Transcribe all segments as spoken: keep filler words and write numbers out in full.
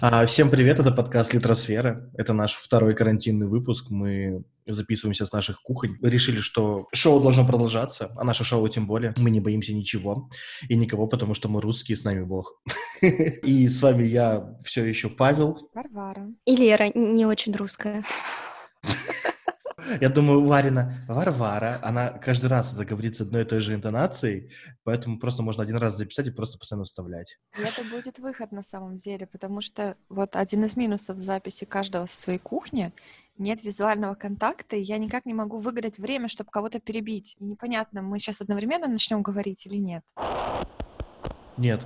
А, Всем привет, это подкаст Литросфера. Это наш второй карантинный выпуск. Мы записываемся с наших кухонь. Мы решили, что шоу должно продолжаться, а наше шоу тем более. Мы не боимся ничего и никого, потому что мы русские, с нами Бог. И с вами я все еще Павел. Варвара. И Лера не очень русская. Я думаю, Варина Варвара, она каждый раз это говорит с одной и той же интонацией, поэтому просто можно один раз записать и просто постоянно вставлять. И это будет выход на самом деле, потому что вот один из минусов записи каждого со своей кухни — нет визуального контакта, и я никак не могу выиграть время, чтобы кого-то перебить. И непонятно, мы сейчас одновременно начнем говорить или нет. Нет.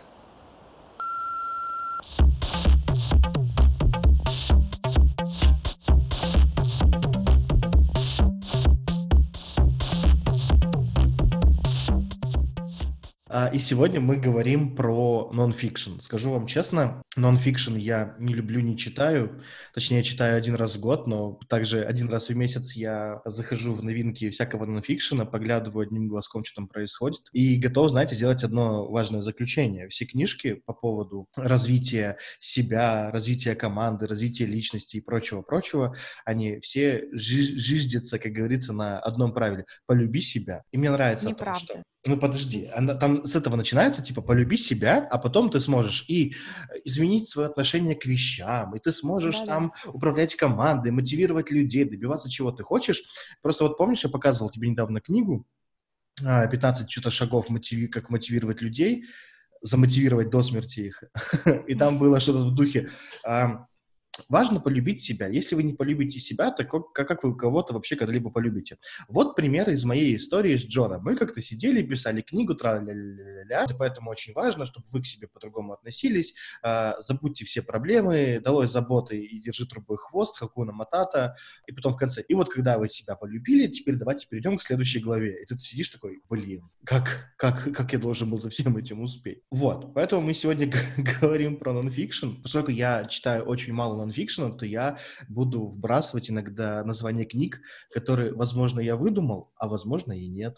А, И сегодня мы говорим про нон-фикшн. Скажу вам честно, нон-фикшн я не люблю, не читаю. Точнее, читаю один раз в год, но также один раз в месяц я захожу в новинки всякого нон-фикшена, поглядываю одним глазком, что там происходит, и готов, знаете, сделать одно важное заключение. Все книжки по поводу развития себя, развития команды, развития личности и прочего-прочего, они все жи- жиждятся, как говорится, на одном правиле. Полюби себя. И мне нравится то, что... Неправда. Ну, подожди, она, там с этого начинается, типа, полюби себя, а потом ты сможешь и изменить свое отношение к вещам, и ты сможешь Да-да. там управлять командой, мотивировать людей, добиваться чего ты хочешь. Просто вот помнишь, я показывал тебе недавно книгу а, пятнадцать что-то шагов, мотиви- как мотивировать людей, замотивировать до смерти их. И там было что-то в духе... а, Важно полюбить себя. Если вы не полюбите себя, то как, как вы кого-то вообще когда-либо полюбите? Вот пример из моей истории с Джоном. Мы как-то сидели, писали книгу, тра-ля-ля-ля-ля, и поэтому очень важно, чтобы вы к себе по-другому относились, а, забудьте все проблемы, долой заботы и держи трубой хвост, хакуна матата, и потом в конце. И вот когда вы себя полюбили, теперь давайте перейдем к следующей главе. И ты сидишь такой, блин, как, как, как я должен был за всем этим успеть? Вот, поэтому мы сегодня говорим про нонфикшн. Поскольку я читаю очень мало нонфикшена, то я буду вбрасывать иногда названия книг, которые, возможно, я выдумал, а возможно и нет.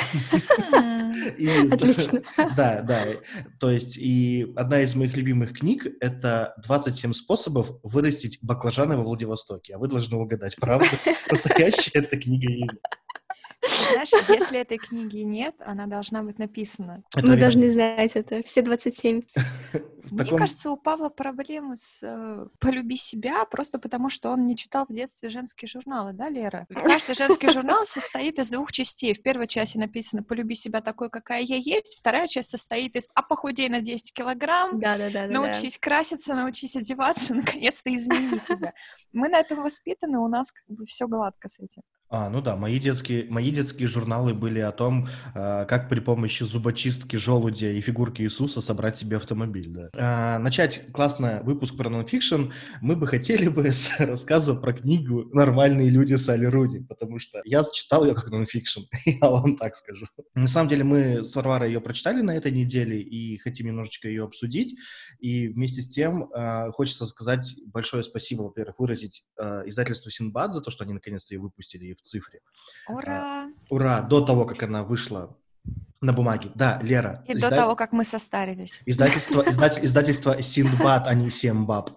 И, Отлично. да, да. То есть и одна из моих любимых книг — это «двадцать семь способов вырастить баклажаны во Владивостоке». А вы должны угадать, правда, настоящая эта книга или нет. Знаешь, если этой книги нет, она должна быть написана. Это Мы верно. должны знать это. Все двадцать семь. В Мне таком... кажется, у Павла проблемы с э, «Полюби себя» просто потому, что он не читал в детстве женские журналы, да, Лера? Каждый женский журнал состоит из двух частей. В первой части написано «Полюби себя такой, какая я есть». Вторая часть состоит из «А похудей на десять килограмм», Да-да-да. «Научись краситься, научись одеваться, наконец-то измени себя». Мы на этом воспитаны, у нас как бы все гладко с этим. А, ну да, мои детские, мои детские журналы были о том, а, как при помощи зубочистки, желудя и фигурки Иисуса собрать себе автомобиль, да. А, начать классный выпуск про нонфикшн мы бы хотели бы с рассказа про книгу «Нормальные люди» Салли Руни, потому что я читал ее как нонфикшн, я вам так скажу. На самом деле мы с Варварой ее прочитали на этой неделе и хотим немножечко ее обсудить, и вместе с тем а, хочется сказать большое спасибо, во-первых, выразить а, издательству Синдбад за то, что они наконец-то ее выпустили и в цифре. Ура! А, ура! До того, как она вышла на бумаге. Да, Лера. И изда- до того, как мы состарились. Издательство, издатель, издательство Синдбад, а не Сембаб.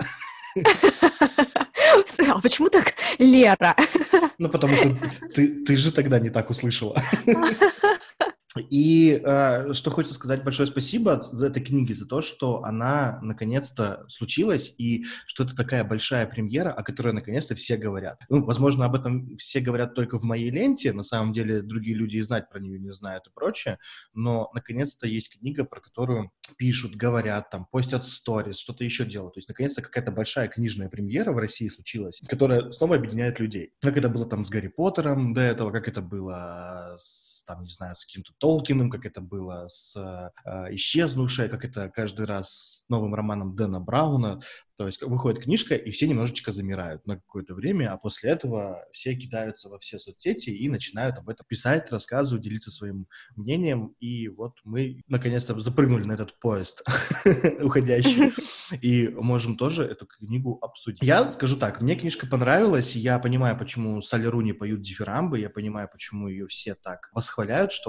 А почему так, Лера? Ну, потому что ты, ты же тогда не так услышала. И э, что хочется сказать, большое спасибо за этой книге, за то, что она наконец-то случилась, и что это такая большая премьера, о которой наконец-то все говорят. Ну, возможно, об этом все говорят только в моей ленте, на самом деле другие люди и знать про нее не знают и прочее, но наконец-то есть книга, про которую пишут, говорят, там, постят сторис, что-то еще делают. То есть, наконец-то какая-то большая книжная премьера в России случилась, которая снова объединяет людей. Как это было там с Гарри Поттером до этого, как это было с, там, не знаю, с каким-то Толкиным, как это было с э, «Исчезнувшей», как это каждый раз с новым романом Дэна Брауна. То есть выходит книжка, и все немножечко замирают на какое-то время, а после этого все кидаются во все соцсети и начинают об этом писать, рассказывать, делиться своим мнением. И вот мы наконец-то запрыгнули на этот поезд уходящий, и можем тоже эту книгу обсудить. Я скажу так, мне книжка понравилась, я понимаю, почему Салли Руни поют дифирамбы, я понимаю, почему ее все так восхваляют, что она там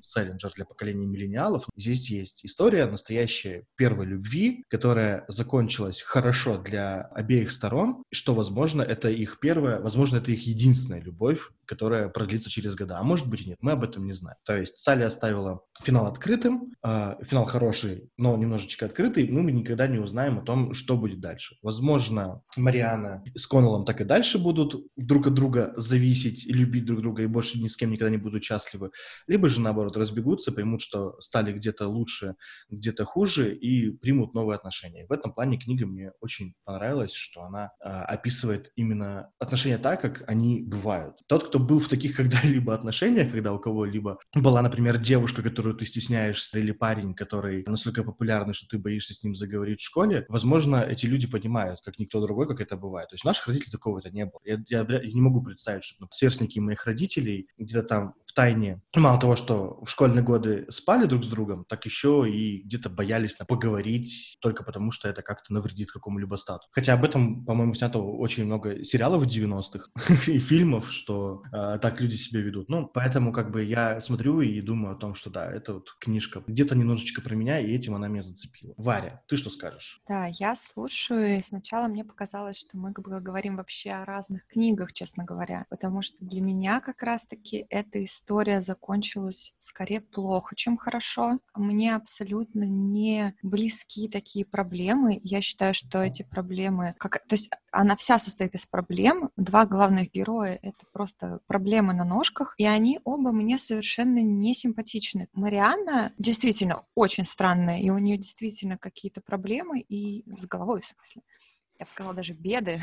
Селлинджер для поколения миллениалов. Здесь есть история настоящей первой любви, которая закончилась хорошо для обеих сторон, и что, возможно, это их первая, возможно, это их единственная любовь, которая продлится через года. А может быть и нет, мы об этом не знаем. То есть Салли оставила финал открытым, э, финал хороший, но немножечко открытый, мы никогда не узнаем о том, что будет дальше. Возможно, Марианна с Коннеллом так и дальше будут друг от друга зависеть, любить друг друга и больше ни с кем никогда не будут счастливы. Либо же, наоборот, разбегутся, поймут, что стали где-то лучше, где-то хуже и примут новые отношения. В этом плане книга мне очень понравилась, что она э, описывает именно отношения так, как они бывают. Тот, кто был в таких когда-либо отношениях, когда у кого-либо была, например, девушка, которую ты стесняешься, или парень, который настолько популярный, что ты боишься с ним заговорить в школе, возможно, эти люди понимают, как никто другой, как это бывает. То есть у наших родителей такого-то не было. Я, я, я не могу представить, что сверстники моих родителей где-то там в тайне, мало того, что в школьные годы спали друг с другом, так еще и где-то боялись поговорить только потому, что это как-то навредит какому-либо статусу. Хотя об этом, по-моему, снято очень много сериалов в девяностых и фильмов, что э, так люди себя ведут. Ну, поэтому как бы я смотрю и думаю о том, что да, это вот книжка где-то немножечко про меня, и этим она меня зацепила. Варя, ты что скажешь? Да, я слушаю, и сначала мне показалось, что мы говорим вообще о разных книгах, честно говоря, потому что для меня как раз-таки эта история закончилась скорее плохо, чем хорошо. Мне абсолютно не близки такие проблемы. Я считаю, что эти проблемы... Как... То есть она вся состоит из проблем. Два главных героя — это просто проблемы на ножках, и они оба мне совершенно не симпатичны. Марианна действительно очень странная, и у нее действительно какие-то проблемы, и с головой, в смысле. Я бы сказала, даже беды.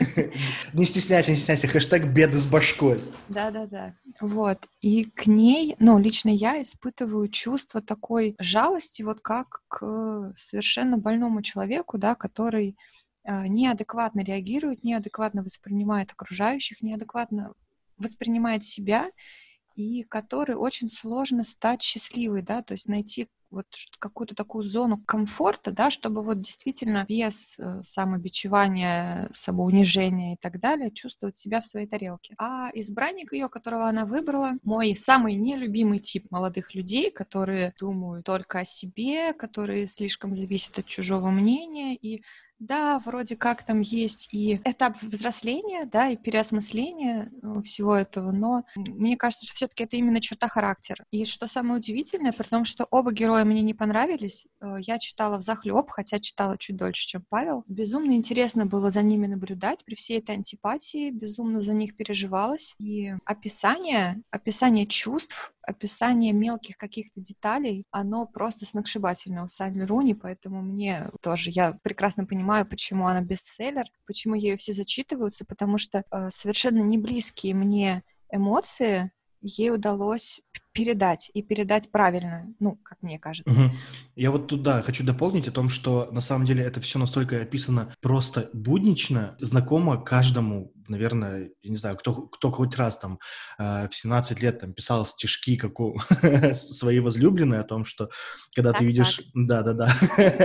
Не стесняйся, не стесняйся, хэштег «беды с башкой». Да-да-да. Вот. И к ней, ну, лично я испытываю чувство такой жалости, вот как к совершенно больному человеку, да, который э, неадекватно реагирует, неадекватно воспринимает окружающих, неадекватно воспринимает себя, и который очень сложно стать счастливой, да, то есть найти вот какую-то такую зону комфорта, да, чтобы вот действительно без э, самобичевания, самоунижения и так далее чувствовать себя в своей тарелке. А избранник ее, которого она выбрала, мой самый нелюбимый тип молодых людей, которые думают только о себе, которые слишком зависят от чужого мнения, и да, вроде как там есть и этап взросления, да, и переосмысления всего этого, но мне кажется, что все-таки это именно черта характера. И что самое удивительное, при том, что оба героя мне не понравились, я читала взахлеб, хотя читала чуть дольше, чем Павел. Безумно интересно было за ними наблюдать при всей этой антипатии, безумно за них переживалась. И описание, описание чувств, описание мелких каких-то деталей, оно просто сногсшибательное у Салли Руни, поэтому мне тоже, я прекрасно понимаю, почему она бестселлер, почему ею все зачитываются, потому что э, совершенно не близкие мне эмоции ей удалось передать, и передать правильно, ну, как мне кажется. Угу. Я вот тут, да, хочу дополнить о том, что на самом деле это все настолько описано просто буднично, знакомо каждому, наверное, я не знаю, кто, кто хоть раз там э, в семнадцать лет там писал стишки как у своей возлюбленной о том, что когда так, ты видишь... так. Да-да-да.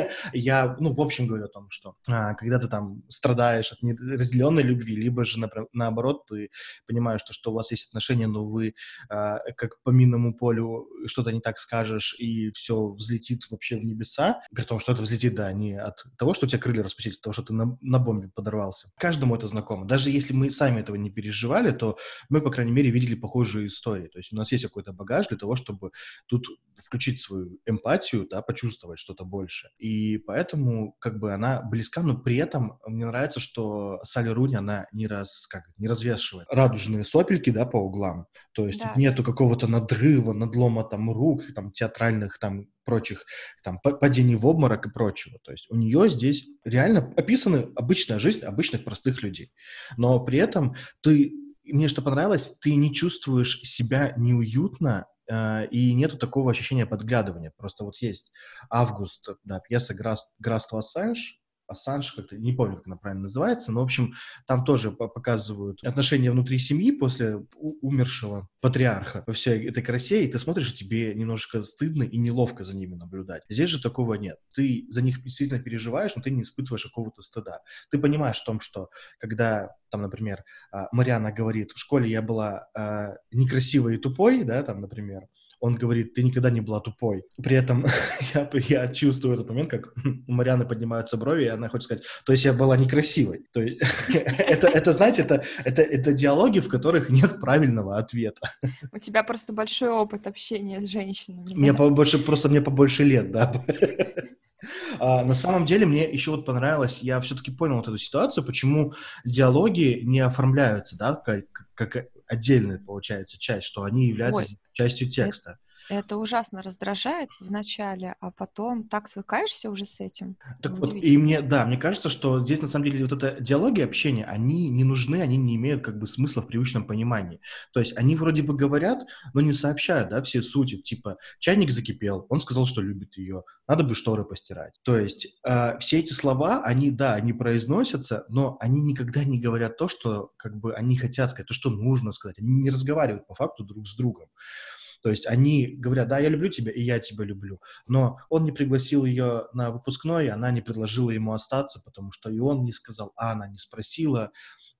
Я, ну, в общем говорю о том, что а, когда ты там страдаешь от неразделенной любви, либо же напр- наоборот, ты понимаешь, что, что у вас есть отношения, но вы а, как по минному полю что-то не так скажешь, и все взлетит вообще в небеса, при том, что это взлетит, да, не от того, что у тебя крылья распустить, а от того, что ты на, на бомбе подорвался. Каждому это знакомо. Даже если мы сами этого не переживали, то мы, по крайней мере, видели похожие истории. То есть у нас есть какой-то багаж для того, чтобы тут включить свою эмпатию, да, почувствовать что-то больше. И поэтому, как бы, она близка, но при этом мне нравится, что Салли Руни, она не, раз, как, не развешивает радужные сопельки, да, по углам. То есть Да, тут нету да. какого-то надрыва, надлома там рук, там, театральных там прочих там падений в обморок и прочего. То есть у нее здесь реально описана обычная жизнь обычных простых людей. Но при этом ты, мне что понравилось, ты не чувствуешь себя неуютно, э, и нету такого ощущения подглядывания. Просто вот есть «Август», да, пьеса «Графство Ассанж», Ассанж, как-то не помню, как она правильно называется, но, в общем, там тоже показывают отношения внутри семьи после умершего патриарха во всей этой красе, и ты смотришь, и тебе немножко стыдно и неловко за ними наблюдать. Здесь же такого нет. Ты за них действительно переживаешь, но ты не испытываешь какого-то стыда. Ты понимаешь в том, что когда, там, например, Марианна говорит, в школе я была некрасивой и тупой, да, там, например, он говорит, ты никогда не была тупой. При этом я, я чувствую этот момент, как у Марианы поднимаются брови, и она хочет сказать, то есть я была некрасивой. То есть, это, это, знаете, это, это, это диалоги, в которых нет правильного ответа. У тебя просто большой опыт общения с женщинами. Мне Да? побольше, просто мне побольше лет, да. А, на самом деле мне еще вот понравилось, я все-таки понял вот эту ситуацию, почему диалоги не оформляются, да, как, как отдельная, получается, часть, что они являются Ой, частью текста. Это ужасно раздражает вначале, а потом так свыкаешься уже с этим. Так Ну, вот, и удивительно. мне, да, мне кажется, что здесь, на самом деле, вот это диалоги, общение, они не нужны, они не имеют как бы смысла в привычном понимании. То есть они вроде бы говорят, но не сообщают, да, все сути, типа, чайник закипел, он сказал, что любит ее, надо бы шторы постирать. То есть э, все эти слова, они, да, они произносятся, но они никогда не говорят то, что как бы они хотят сказать, то, что нужно сказать. Они не разговаривают по факту друг с другом. То есть они говорят, да, я люблю тебя, и я тебя люблю. Но он не пригласил ее на выпускной, она не предложила ему остаться, потому что и он не сказал, а она не спросила.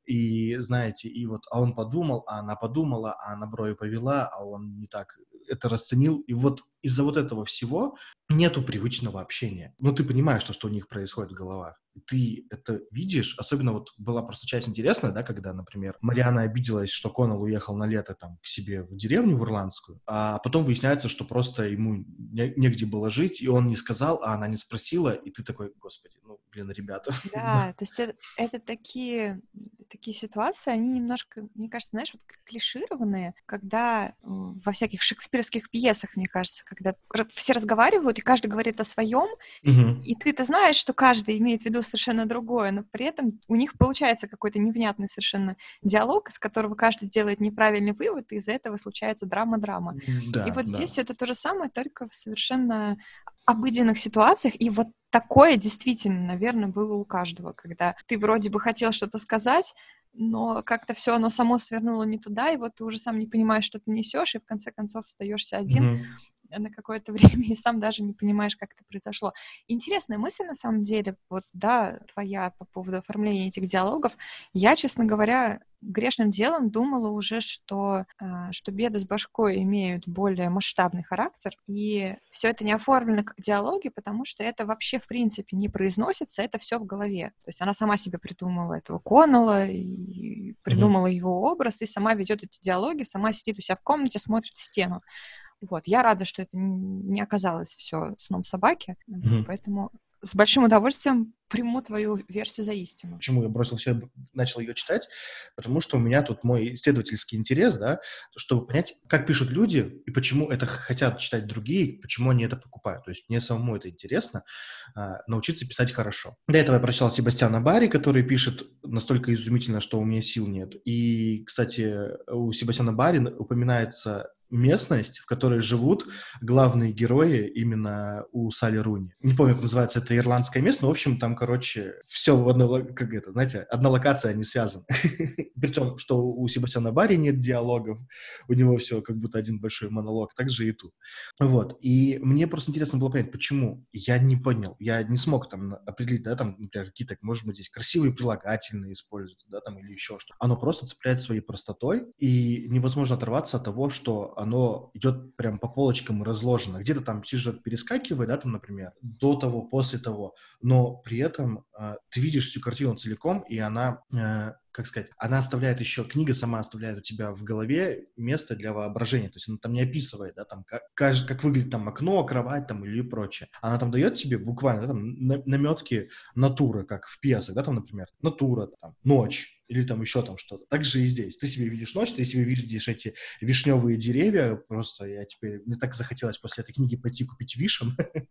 И, знаете, и вот, а он подумал, а она подумала, а она брови повела, а он не так это расценил. И вот из-за вот этого всего нету привычного общения. Ну, ты понимаешь, что, что у них происходит в головах. Ты это видишь, особенно вот была просто часть интересная, да, когда, например, Мариана обиделась, что Коннелл уехал на лето там к себе в деревню в Ирландскую, а потом выясняется, что просто ему не, негде было жить, и он не сказал, а она не спросила, и ты такой, господи, ну, блин, ребята. Да, то есть это, это такие, такие ситуации, они немножко, мне кажется, знаешь, вот клишированные, когда э, во всяких шекспировских пьесах, мне кажется, когда все разговаривают, и каждый говорит о своем, Мгм. и ты-то знаешь, что каждый имеет в виду совершенно другое, но при этом у них получается какой-то невнятный совершенно диалог, из которого каждый делает неправильный вывод, и из-за этого случается драма-драма. И Да, вот да. здесь все это то же самое, только в совершенно обыденных ситуациях, и вот такое действительно, наверное, было у каждого, когда ты вроде бы хотел что-то сказать, но как-то все оно само свернуло не туда, и вот ты уже сам не понимаешь, что ты несешь, и в конце концов остаешься один Мгм. на какое-то время, и сам даже не понимаешь, как это произошло. Интересная мысль, на самом деле, вот, да, твоя по поводу оформления этих диалогов. Я, честно говоря, грешным делом думала уже, что, а, что беды с башкой имеют более масштабный характер, и все это не оформлено как диалоги, потому что это вообще, в принципе, не произносится, это все в голове. То есть она сама себе придумала этого Коннелла, и придумала его образ, и сама ведет эти диалоги, сама сидит у себя в комнате, смотрит в стену. Вот. Я рада, что это не оказалось все сном собаки, Мгм. поэтому с большим удовольствием приму твою версию за истину. Почему я бросил все, начал ее читать? Потому что у меня тут мой исследовательский интерес, да, чтобы понять, как пишут люди и почему это хотят читать другие, почему они это покупают. То есть мне самому это интересно, а, научиться писать хорошо. До этого я прочитал Себастьяна Барри, который пишет настолько изумительно, что у меня сил нет. И, кстати, у Себастьяна Барри упоминается местность, в которой живут главные герои именно у Салли Руни. Не помню, как называется это ирландское место, но, в общем, там, короче, все в одной, как это, знаете, одна локация, они связаны. Причем, что у Себастьяна Барри нет диалогов, у него все как будто один большой монолог, так же и тут. Вот, и мне просто интересно было понять, почему. Я не понял, я не смог там определить, да, там, например, какие-то, может быть, здесь красивые прилагательные используются, да, там, или еще что-то. Оно просто цепляет своей простотой, и невозможно оторваться от того, что оно идет прям по полочкам и разложено. Где-то там сюжет перескакивает, да, там, например, до того, после того, но при этом э, ты видишь всю картину целиком, и она, э, как сказать, она оставляет еще, книга сама оставляет у тебя в голове место для воображения, то есть она там не описывает, да, там, как, как, как выглядит там окно, кровать там или прочее. Она там дает тебе буквально, да, там, на, наметки натуры, как в пьесах, да, там, например, натура, там, ночь, или там еще там что-то. Так же и здесь. Ты себе видишь ночь, ты себе видишь эти вишневые деревья. Просто я теперь... Мне так захотелось после этой книги пойти купить вишен.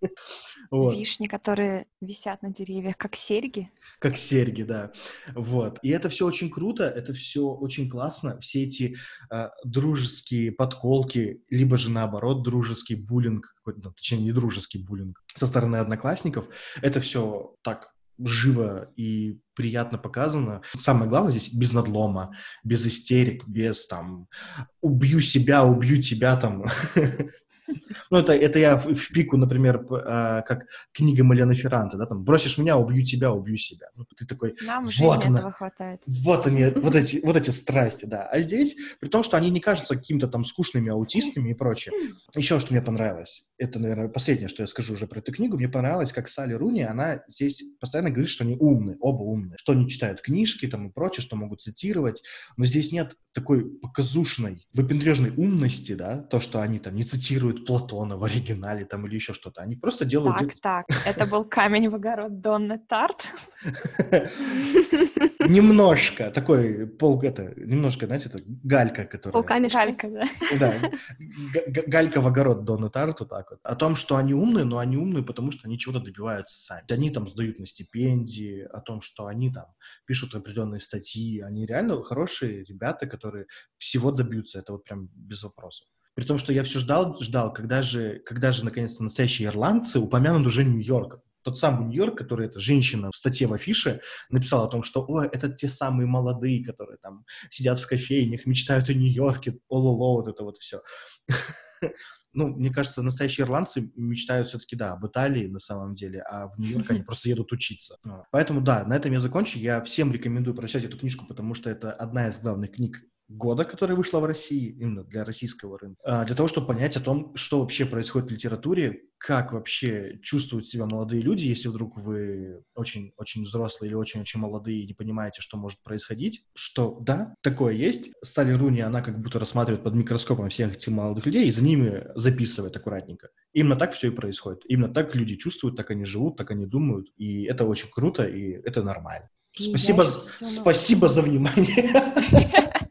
Вот. Вишни, которые висят на деревьях, как серьги. Как серьги, да. Вот. И это все очень круто, это все очень классно. Все эти э, дружеские подколки, либо же наоборот дружеский буллинг, ну, точнее не дружеский буллинг со стороны одноклассников, это все так живо и приятно показано. Самое главное здесь без надлома, без истерик, без там «убью себя, убью тебя» там. Ну, это, это я в, в пику, например, п- а, как книга Малены Ферранте, да, там, бросишь меня, убью тебя, убью себя. Ну, ты такой, Нам в вот жизни этого она, хватает. вот они, вот эти, вот эти страсти, да. А здесь, при том, что они не кажутся какими-то там скучными аутистами и прочее. Еще что мне понравилось, это, наверное, последнее, что я скажу уже про эту книгу, мне понравилось, как Салли Руни, она здесь постоянно говорит, что они умные, оба умные, что они читают книжки там и прочее, что могут цитировать, но здесь нет такой показушной, выпендрежной умности, да, то, что они там не цитируют Платона в оригинале там или еще что-то, они просто делают... Так, так, это был камень в огород Донны Тарт. Немножко, такой пол, это, немножко, знаете, это галька, которая... Полкамешка. Галька, да. Да, г- г- галька в огород Донны Тарт, вот так вот. О том, что они умные, но они умные, потому что они чего-то добиваются сами. Они там сдают на стипендии, о том, что они там пишут определенные статьи. Они реально хорошие ребята, которые всего добьются. Это вот прям без вопросов. При том, что я все ждал, ждал, когда же, когда же наконец-то настоящие ирландцы упомянут уже Нью-Йорк. Тот самый Нью-Йорк, который эта женщина в статье в афише написала о том, что «Ой, это те самые молодые, которые там сидят в кофейнях, мечтают о Нью-Йорке, ололо, вот это вот все». Ну, мне кажется, настоящие ирландцы мечтают все-таки, да, об Италии на самом деле, а в Нью-Йорк они просто едут учиться. Поэтому, да, на этом я закончу. Я всем рекомендую прочитать эту книжку, потому что это одна из главных книг года, которая вышла в России, именно для российского рынка, а, для того, чтобы понять о том, что вообще происходит в литературе, как вообще чувствуют себя молодые люди, если вдруг вы очень-очень взрослые или очень-очень молодые и не понимаете, что может происходить, что да, такое есть. Салли Руни, она как будто рассматривает под микроскопом всех этих молодых людей и за ними записывает аккуратненько. Именно так все и происходит. Именно так люди чувствуют, так они живут, так они думают, и это очень круто, и это нормально. И Спасибо, я з- еще всё спасибо за внимание.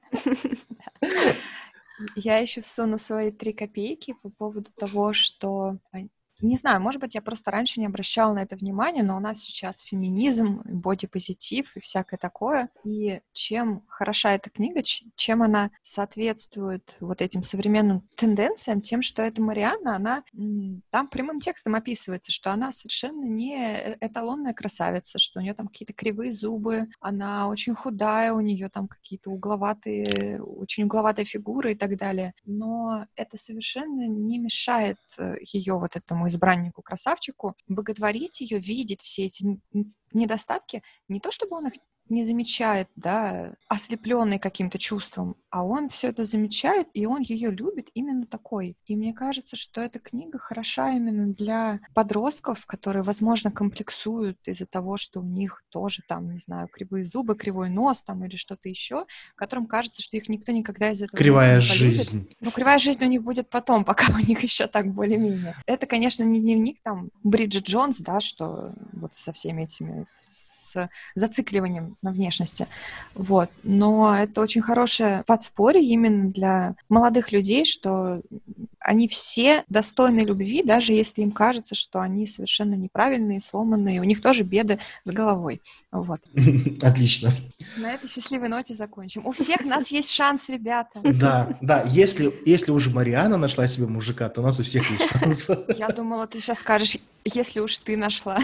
Я еще всуну свои три копейки по поводу того, что... а, Не знаю, может быть, я просто раньше не обращала на это внимания, но у нас сейчас феминизм, бодипозитив и всякое такое. И чем хороша эта книга, ч- чем она соответствует вот этим современным тенденциям, тем, что эта Марианна, она м, там прямым текстом описывается, что она совершенно не э- эталонная красавица, что у нее там какие-то кривые зубы, она очень худая, у нее там какие-то угловатые, очень угловатая фигура и так далее. Но это совершенно не мешает ее вот этому избраннику-красавчику боготворить ее, видеть все эти н- н- недостатки, не то чтобы он их не замечает, да, ослепленный каким-то чувством, а он все это замечает, и он ее любит именно такой. И мне кажется, что эта книга хороша именно для подростков, которые, возможно, комплексуют из-за того, что у них тоже там, не знаю, кривые зубы, кривой нос там или что-то еще, которым кажется, что их никто никогда из этого носа Кривая не полюбит. жизнь. Ну, кривая жизнь у них будет потом, пока у них еще так более-менее. Это, конечно, не дневник там Бриджит Джонс, да, что вот со всеми этими, с, с зацикливанием на внешности. Вот. Но это очень хорошее подспорье именно для молодых людей, что они все достойны любви, даже если им кажется, что они совершенно неправильные, сломанные, у них тоже беды с головой. Вот. Отлично. На этой счастливой ноте закончим. У всех нас есть шанс, ребята. Да, да, если, если уже Марианна нашла себе мужика, то у нас у всех есть шанс. Я думала, ты сейчас скажешь, если уж ты нашла.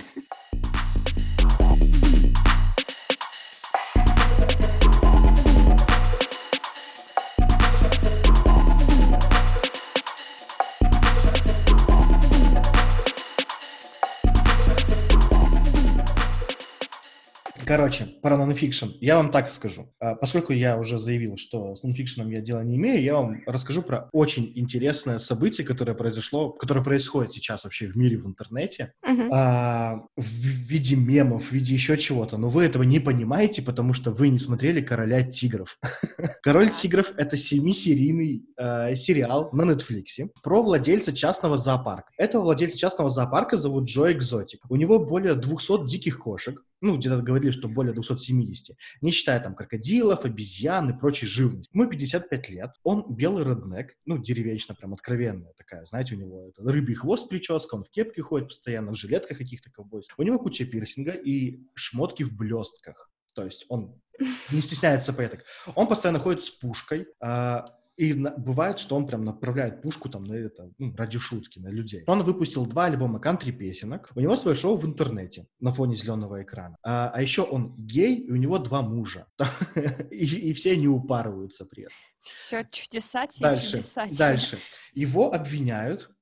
Короче, про нонфикшн. Я вам так скажу. А, Поскольку я уже заявил, что с нонфикшеном я дела не имею, я вам расскажу про очень интересное событие, которое произошло, которое происходит сейчас вообще в мире в интернете, Мгм. а, в виде мемов, в виде еще чего-то. Но вы этого не понимаете, потому что вы не смотрели «Короля тигров». «Король тигров» — это семисерийный э, сериал на Netflix про владельца частного зоопарка. Этого владельца частного зоопарка зовут Джо Экзотик. У него более двухсот диких кошек, ну, где-то говорили, что более двухсот семидесяти, не считая там крокодилов, обезьян и прочей живности. Ему пятьдесят пять лет, он белый реднек, ну, деревенщина прям откровенная такая, знаете, у него это, рыбий хвост, прическа, он в кепке ходит постоянно, в жилетках каких-то ковбойских. У него куча пирсинга и шмотки в блестках. То есть он не стесняется поэток. Он постоянно ходит с пушкой, а, и на- бывает, что он прям направляет пушку там на это, ну, ради шутки, на людей. Он выпустил два альбома кантри-песенок. У него свое шоу в интернете на фоне зеленого экрана. А, а еще он гей, и у него два мужа. И, и все они упарываются при этом. Все чудесатие, Дальше, чудесатие. дальше. Его обвиняют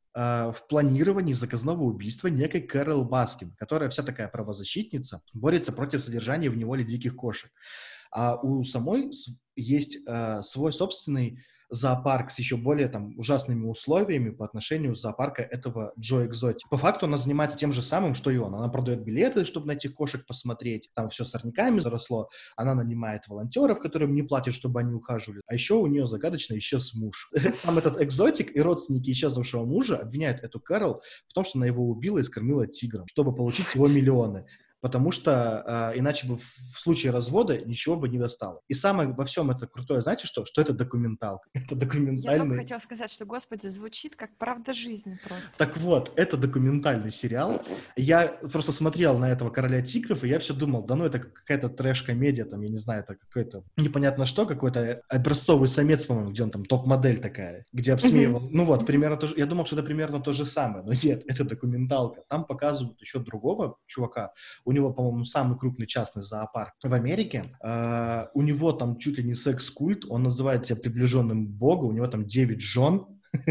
э, в планировании заказного убийства некой Кэрол Баскин, которая вся такая правозащитница, борется против содержания в неволе диких кошек. А у самой есть э, свой собственный зоопарк с еще более там ужасными условиями по отношению зоопарка этого Джо Экзотик. По факту она занимается тем же самым, что и он. Она продает билеты, чтобы на этих кошек посмотреть. Там все сорняками заросло. Она нанимает волонтеров, которым не платят, чтобы они ухаживали. А еще у нее загадочно исчез муж. Сам этот Экзотик и родственники исчезнувшего мужа обвиняют эту Кэрол в том, что она его убила и скормила тигром, чтобы получить его миллионы. Потому что э, иначе бы в, в случае развода ничего бы не достало. И самое во всем это крутое, знаете что? Что это документалка. Это документальный... Я только хотела сказать, что, господи, звучит как правда жизни просто. Так вот, это документальный сериал. Я просто смотрел на этого короля тигров, и я все думал, да ну это какая-то трэш-комедия, там, я не знаю, это какой-то непонятно что, какой-то образцовый самец, по-моему, где он там топ-модель такая, где обсмеивал. Mm-hmm. Ну вот, примерно то же... Я думал, что это примерно то же самое, но нет, это документалка. Там показывают еще другого чувака. У него, по-моему, самый крупный частный зоопарк в Америке. Uh, у него там чуть ли не секс-культ. Он называет себя приближенным к Богу. У него там девять жен.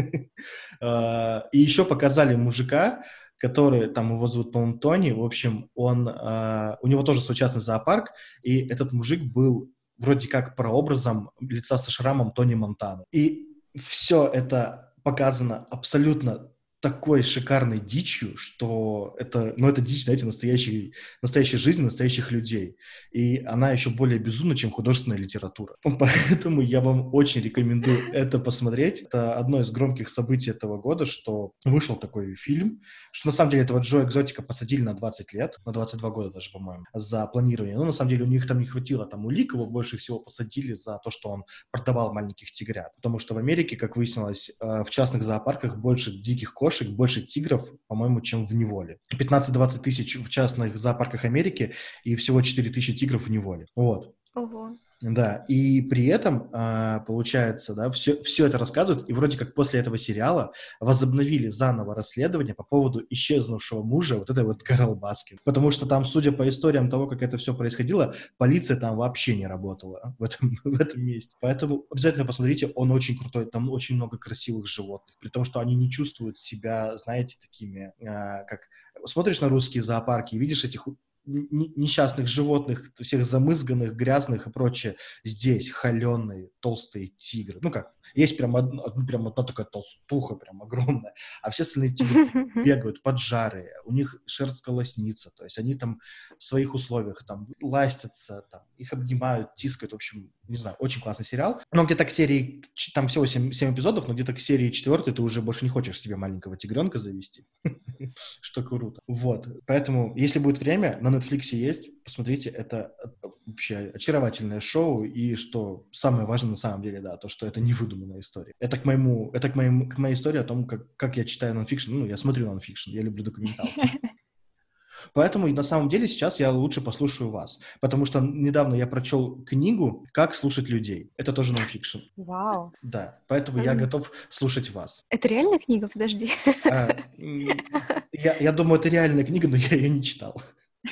uh, и еще показали мужика, который, там его зовут, по-моему, Тони. В общем, он, uh, у него тоже свой частный зоопарк. И этот мужик был вроде как прообразом лица со шрамом Тони Монтана. И все это показано абсолютно такой шикарной дичью, что это, ну, это дичь, знаете, настоящей, настоящей жизни, настоящих людей. И она еще более безумна, чем художественная литература. Поэтому я вам очень рекомендую это посмотреть. Это одно из громких событий этого года, что вышел такой фильм, что на самом деле этого Джо Экзотика посадили на двадцать лет, на двадцать два года даже, по-моему, за планирование. Но на самом деле у них там не хватило там улик, его больше всего посадили за то, что он продавал маленьких тигрят. Потому что в Америке, как выяснилось, в частных зоопарках больше диких кошек, больше тигров, по-моему, чем в неволе. пятнадцать-двадцать тысяч в частных зоопарках Америки и всего четыре тысячи тигров в неволе. Вот. Ого. Да, и при этом, а, получается, да, все, все это рассказывают, и вроде как после этого сериала возобновили заново расследование по поводу исчезнувшего мужа вот этой вот Кэрол Баскин. Потому что там, судя по историям того, как это все происходило, полиция там вообще не работала в этом, в этом месте. Поэтому обязательно посмотрите, он очень крутой, там очень много красивых животных, при том, что они не чувствуют себя, знаете, такими, а, как... Смотришь на русские зоопарки и видишь этих несчастных животных, всех замызганных, грязных и прочее. Здесь холеные, толстые тигры. Ну как, есть прям одна, прям одна такая толстуха, прям огромная, а все остальные тигры бегают, поджарые, у них шерсть колоснится, то есть они там в своих условиях там ластятся, там, их обнимают, тискают, в общем, не знаю, очень классный сериал. Но где-то к серии, там всего семь, семь эпизодов, но где-то к серии четвёртой ты уже больше не хочешь себе маленького тигренка завести. Что круто. Вот, поэтому, если будет время, на Netflix есть, посмотрите, это вообще очаровательное шоу, и что самое важное на самом деле, да, то, что это не выдуманная история. Это к моему, это к, моему, к моей истории о том, как, как я читаю нонфикшн, ну, я смотрю нонфикшн, я люблю документалку. Поэтому на самом деле сейчас я лучше послушаю вас, потому что недавно я прочел книгу «Как слушать людей». Это тоже нонфикшн. Вау. Да, поэтому я готов слушать вас. Это реальная книга? Подожди. А, я, я думаю, это реальная книга, но я ее не читал.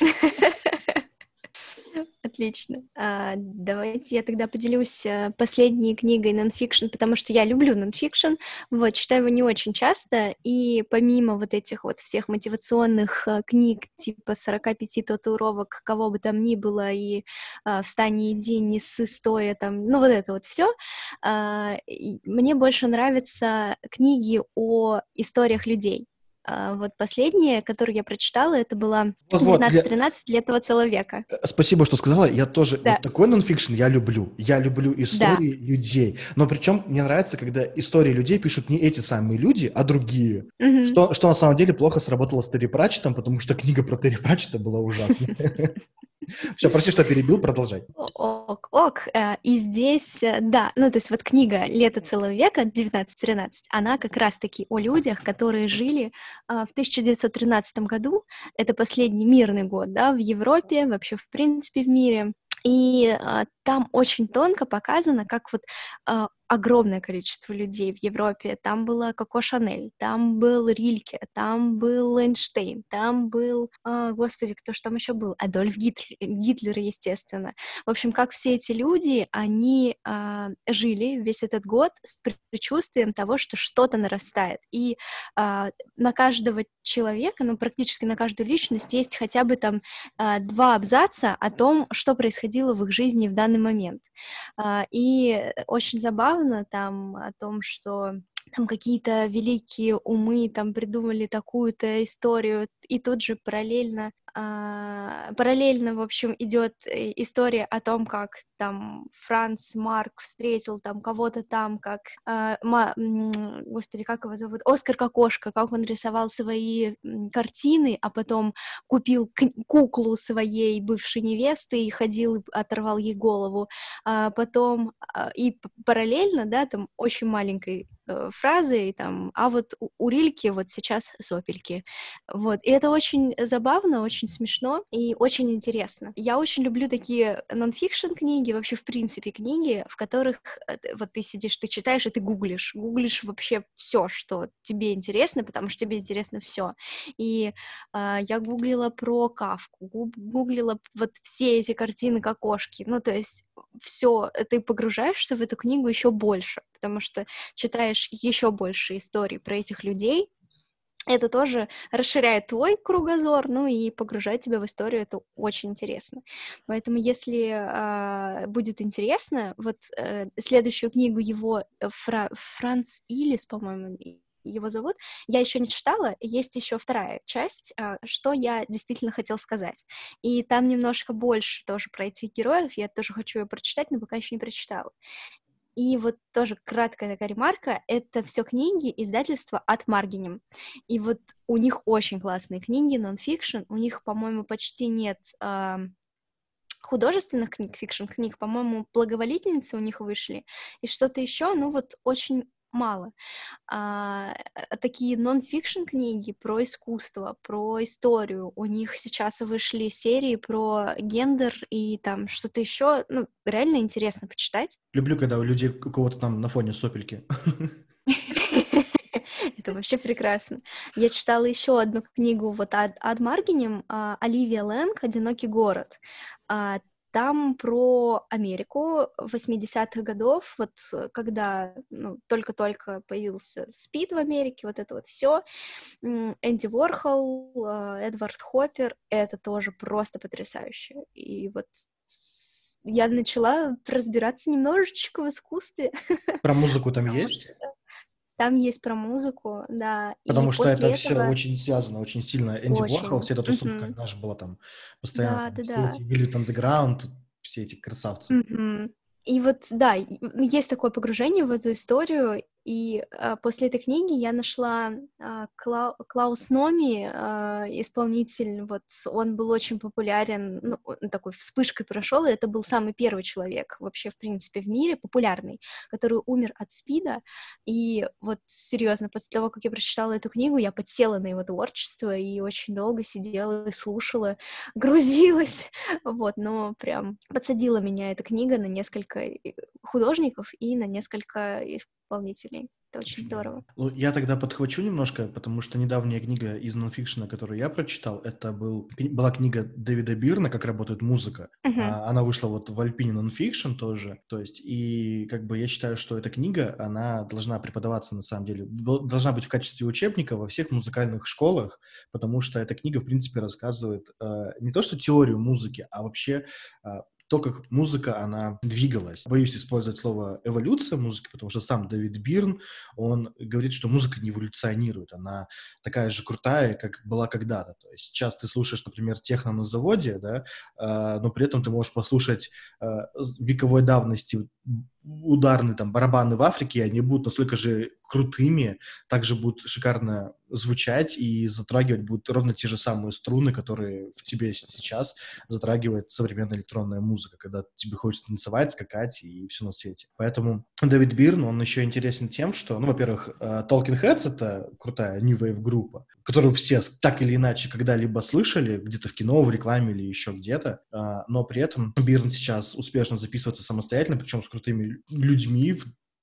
Отлично. А, давайте я тогда поделюсь последней книгой нонфикшн, потому что я люблю нонфикшн, вот, читаю его не очень часто, и помимо вот этих вот всех мотивационных книг, типа сорок пять татуировок, кого бы там ни было, и а, «Встань и иди, не ссы стоя», там, ну вот это вот все, а, мне больше нравятся книги о историях людей. Вот последняя, которую я прочитала, это была девятнадцать тринадцать «Лет этого человека». Спасибо, что сказала. Я тоже да. вот такой нонфикшн я люблю. Я люблю истории да. людей. Но причем мне нравится, когда истории людей пишут не эти самые люди, а другие. Mm-hmm. Что, что на самом деле плохо сработало с Терри Пратчеттом, потому что книга про Терри Пратчетта была ужасная. Все, прости, что перебил, продолжай. Ок, ок. И здесь, да, ну, то есть вот книга «Лето целого века» девятнадцать тринадцать, она как раз-таки о людях, которые жили в тысяча девятьсот тринадцатом году. Это последний мирный год, да, в Европе, вообще, в принципе, в мире. И а, там очень тонко показано, как вот а, огромное количество людей в Европе. Там была Коко Шанель, там был Рильке, там был Эйнштейн, там был, а, господи, кто ж там еще был? Адольф Гитлер, Гитлер, естественно. В общем, как все эти люди, они а, жили весь этот год с предчувствием того, что что-то нарастает. И а, на каждого человека, ну, практически на каждую личность есть хотя бы там а, два абзаца о том, что происходило в их жизни в данный момент. А, и очень забавно там о том, что там какие-то великие умы там придумали такую-то историю, и тут же параллельно, а, параллельно, в общем, идет история о том, как там Франц Марк встретил там кого-то там, как, а, ма, м, господи, как его зовут, Оскар Кокошка, как он рисовал свои м, картины, а потом купил к- куклу своей бывшей невесты и ходил, и оторвал ей голову, а потом, а, и п- параллельно, да, там очень маленькой э, фразой, там, а вот у, у Рильки вот сейчас сопельки, вот, и это очень забавно, очень смешно и очень интересно. Я очень люблю такие нон-фикшн книги, вообще, в принципе, книги, в которых э, т- вот ты сидишь, ты читаешь, и ты гуглишь, гуглишь вообще все, что тебе интересно, потому что тебе интересно все. И а, я гуглила про Кафку, гу- гуглила вот все эти картины Кокошки, ну, то есть все, ты погружаешься в эту книгу еще больше, потому что читаешь еще больше историй про этих людей. Это тоже расширяет твой кругозор, ну и погружает тебя в историю, это очень интересно. Поэтому, если а, будет интересно, вот э, следующую книгу его, э, Фра- Франц Илис, по-моему, и- его зовут, я еще не читала, есть еще вторая часть, а, что я действительно хотела сказать. И там немножко больше тоже про этих героев, я тоже хочу ее прочитать, но пока еще не прочитала. И вот тоже краткая такая ремарка, это все книги издательства от Маргинем. И вот у них очень классные книги, нон-фикшн, у них, по-моему, почти нет а, художественных книг, фикшн-книг, по-моему, «Благоволительницы» у них вышли, и что-то еще, ну вот очень мало. А, э, такие нон-фикшн книги про искусство, про историю. У них сейчас вышли серии про гендер и там что-то еще. Ну, реально интересно почитать. Люблю, когда у людей у кого-то там на фоне сопельки. Это вообще прекрасно. Я читала еще одну книгу вот от, от Маргинем, а, Оливия Лэнг «Одинокий город». А, Там про Америку восьмидесятых годов, вот э, когда ну, только-только появился СПИД в Америке, вот это вот все. Энди Уорхол, а, Эдвард Хоппер, это тоже просто потрясающе. И вот с- я начала разбираться немножечко в искусстве, Про музыку там потому что есть? там есть про музыку, да, и Потому что это после все этого очень связано, очень сильно. Энди Уорхол, очень. вся эта тусовка, Мгм. она же была там постоянно, Да, там да, все да. эти Velvet Underground, все эти красавцы. Мгм. И вот, да, и, м, есть такое погружение в эту историю, и а, после этой книги я нашла а, Кла- Клаус Номи, а, исполнитель, вот он был очень популярен, ну, он такой вспышкой прошел, и это был самый первый человек вообще, в принципе, в мире популярный, который умер от СПИДа, и вот серьезно, после того, как я прочитала эту книгу, я подсела на его творчество и очень долго сидела и слушала, грузилась. Вот, но прям подсадила меня эта книга на несколько и художников и на несколько исполнителей. Это очень Очень здорово. здорово. Ну, я тогда подхвачу немножко, потому что недавняя книга из нонфикшена, которую я прочитал, это был, кни- была книга Дэвида Бирна «Как работает музыка». Мгм. А, Она вышла вот в Альпине нонфикшн тоже. То есть, и как бы я считаю, что эта книга, она должна преподаваться на самом деле, дол- должна быть в качестве учебника во всех музыкальных школах, потому что эта книга, в принципе, рассказывает э, не то что теорию музыки, а вообще э, то, как музыка, она двигалась. Боюсь использовать слово «эволюция музыки», потому что сам Дэвид Бирн, он говорит, что музыка не эволюционирует, она такая же крутая, как была когда-то. То есть сейчас ты слушаешь, например, техно на заводе, да, э, но при этом ты можешь послушать э, вековой давности ударные там барабаны в Африке, и они будут настолько же крутыми, также будут шикарно звучать и затрагивать будут ровно те же самые струны, которые в тебе сейчас затрагивает современная электронная музыка, когда тебе хочется танцевать, скакать и все на свете. Поэтому Дэвид Бирн, он еще интересен тем, что, ну, во-первых, э, Talking Heads — это крутая New Wave группа, которую все с- так или иначе когда-либо слышали, где-то в кино, в рекламе или еще где-то, э, но при этом Бирн сейчас успешно записывается самостоятельно, причем с крутыми людьми, в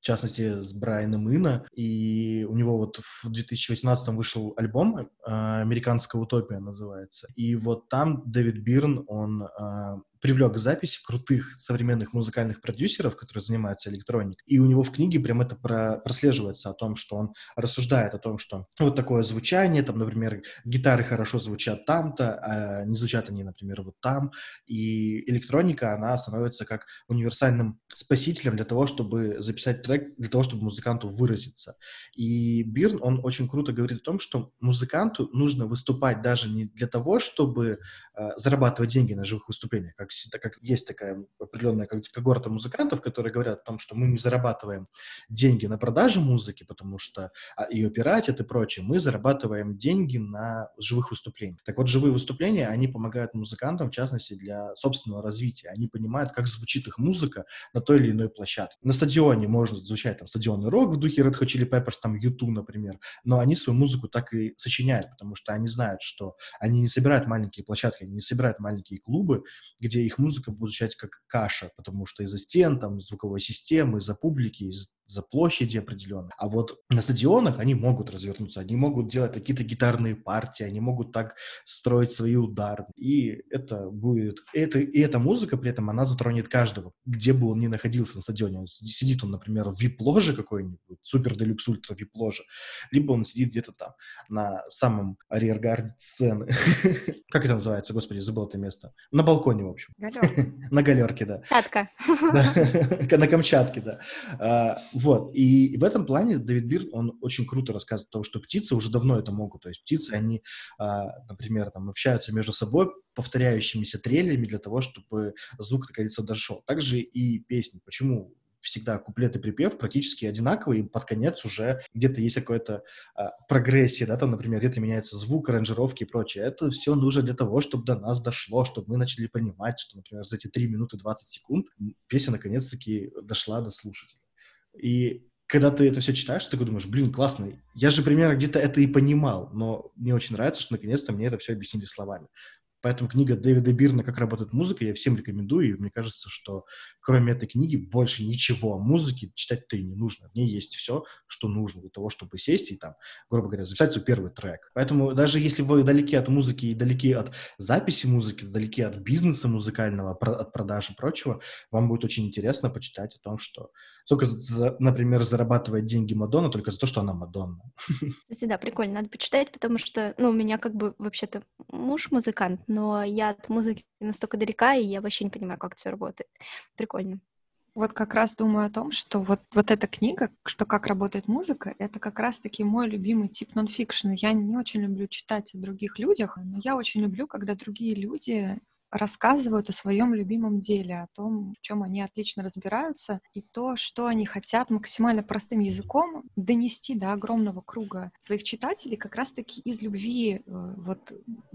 в частности, с Брайаном Ино, и у него вот в две тысячи восемнадцатом вышел альбом э, «Американская утопия» называется, и вот там Дэвид Бирн, он э, привлек к записи крутых современных музыкальных продюсеров, которые занимаются электроникой, и у него в книге прям это про, прослеживается о том, что он рассуждает о том, что вот такое звучание, там, например, гитары хорошо звучат там-то, а не звучат они, например, вот там, и электроника, она становится как универсальным спасителем для того, чтобы записать трек, для того, чтобы музыканту выразиться. И Бирн, он очень круто говорит о том, что музыканту нужно выступать даже не для того, чтобы э, зарабатывать деньги на живых выступлениях, как, так как есть такая определенная когорта музыкантов, которые говорят о том, что мы не зарабатываем деньги на продаже музыки, потому что а, ее пиратят и прочее, мы зарабатываем деньги на живых выступлениях. Так вот, живые выступления, они помогают музыкантам, в частности, для собственного развития. Они понимают, как звучит их музыка на той или иной площадке. На стадионе может звучать там стадионный рок в духе Red Hot Chili Peppers, там ю ту, например, но они свою музыку так и сочиняют, потому что они знают, что они не собирают маленькие площадки, они не собирают маленькие клубы, где их музыка будет звучать как каша, потому что из-за стен, там, звуковой системы, из-за публики, из-за площади определенной. А вот на стадионах они могут развернуться, они могут делать какие-то гитарные партии, они могут так строить свои удары. И это будет... Это, и эта музыка при этом, она затронет каждого, где бы он ни находился на стадионе. Он сидит он, например, в вип-ложе какой-нибудь, супер делюкс ультра вип-ложе, либо он сидит где-то там на самом арьергарде сцены. Как это называется? Господи, забыл это место. На балконе, в общем. На галерке, да. Камчатка. На Камчатке, да. Вот. И в этом плане Дэвид Бирн, он очень круто рассказывает о том, что птицы уже давно это могут. То есть птицы, они, например, там общаются между собой повторяющимися трелями для того, чтобы звук, как говорится, дошел. Также и песни. Почему всегда куплет и припев практически одинаковые, и под конец уже где-то есть какая-то а, прогрессия, да, там, например, где-то меняется звук, аранжировки и прочее. Это все нужно для того, чтобы до нас дошло, чтобы мы начали понимать, что, например, за эти три минуты двадцать секунд песня наконец-таки дошла до слушателя. И когда ты это все читаешь, ты такой думаешь, блин, классно, я же примерно где-то это и понимал, но мне очень нравится, что наконец-то мне это все объяснили словами. Поэтому книга Дэвида Бирна «Как работает музыка» я всем рекомендую, и мне кажется, что кроме этой книги больше ничего о музыке читать-то и не нужно. В ней есть все, что нужно для того, чтобы сесть и там, грубо говоря, записать свой первый трек. Поэтому даже если вы далеки от музыки и далеки от записи музыки, далеки от бизнеса музыкального, от продажи и прочего, вам будет очень интересно почитать о том, что сколько, например, зарабатывает деньги Мадонна только за то, что она Мадонна. Кстати, да, прикольно, надо почитать, потому что, ну, у меня как бы вообще-то муж музыкант, но я от музыки настолько далека, и я вообще не понимаю, как это все работает. Прикольно. Вот как раз думаю о том, что вот, вот эта книга, что как работает музыка, это как раз-таки мой любимый тип нонфикшена. Я не очень люблю читать о других людях, но я очень люблю, когда другие люди рассказывают о своем любимом деле, о том, в чем они отлично разбираются, и то, что они хотят максимально простым языком донести до огромного круга своих читателей, как раз-таки из любви вот,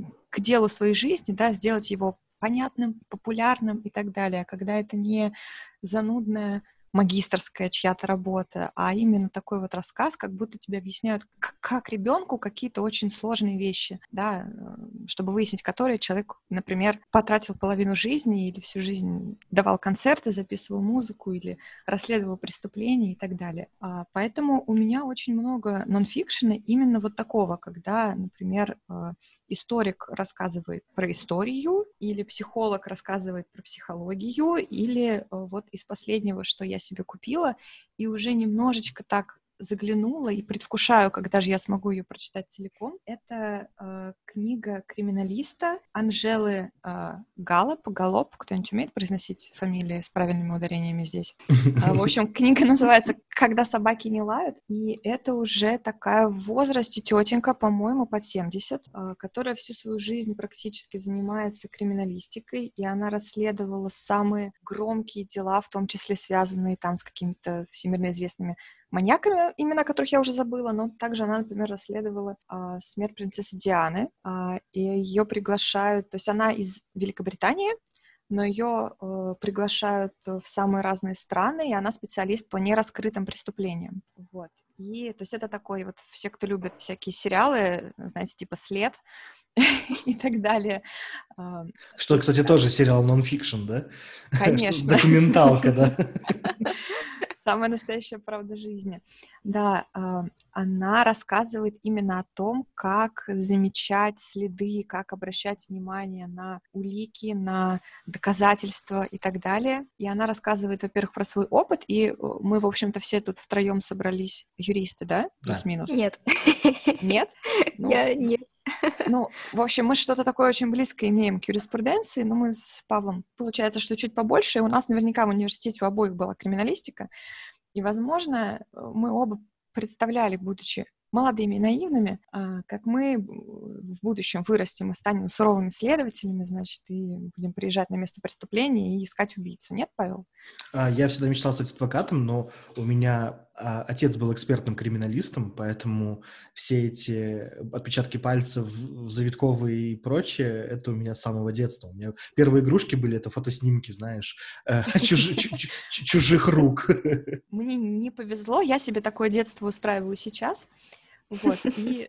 к делу своей жизни, да, сделать его понятным, популярным и так далее, когда это не занудная магистерская чья-то работа, а именно такой вот рассказ, как будто тебе объясняют, как, как ребенку какие-то очень сложные вещи, да, чтобы выяснить, которые человек, например, потратил половину жизни или всю жизнь давал концерты, записывал музыку или расследовал преступления и так далее. А, поэтому у меня очень много нонфикшена именно вот такого, когда, например, историк рассказывает про историю, или психолог рассказывает про психологию, или вот из последнего, что я себе купила, и уже немножечко так заглянула и предвкушаю, когда же я смогу ее прочитать целиком. Это э, книга криминалиста Анжелы э, Галлоп, Галлоп, кто-нибудь умеет произносить фамилии с правильными ударениями здесь? Э, в общем, книга называется «Когда собаки не лают», и это уже такая в возрасте тетенька, по-моему, под семьдесят, э, которая всю свою жизнь практически занимается криминалистикой, и она расследовала самые громкие дела, в том числе связанные там с какими-то всемирно известными маньяками, имена которых я уже забыла, но также она, например, расследовала а, смерть принцессы Дианы, а, и ее приглашают, то есть она из Великобритании, но ее э, приглашают в самые разные страны, и она специалист по нераскрытым преступлениям. Вот. И, то есть это такой вот, все, кто любит всякие сериалы, знаете, типа «След», и так далее. Что, кстати, тоже сериал нон-фикшн, да? Конечно. Документалка, да? Самая настоящая правда жизни. Да, а, она рассказывает именно о том, как замечать следы, как обращать внимание на улики, на доказательства и так далее. И она рассказывает, во-первых, про свой опыт, и мы, в общем-то, все тут втроем собрались юристы, да? Да. Плюс-минус. Нет. Нет? Ну, Я нет. Ну, в общем, мы что-то такое очень близкое имеем к юриспруденции, но мы с Павлом, получается, что чуть побольше, и у нас наверняка в университете у обоих была криминалистика, и, возможно, мы оба представляли, будучи молодыми и наивными, а, как мы в будущем вырастем и станем суровыми следователями, значит, и будем приезжать на место преступления и искать убийцу. Нет, Павел? А, Я всегда мечтал стать адвокатом, но у меня а, отец был экспертным криминалистом, поэтому все эти отпечатки пальцев, завитковые и прочее, это у меня с самого детства. У меня первые игрушки были, это фотоснимки, знаешь, э, чужи- чу- чу- чу- чужих рук. Мне не повезло, я себе такое детство устраиваю сейчас. Вот, и...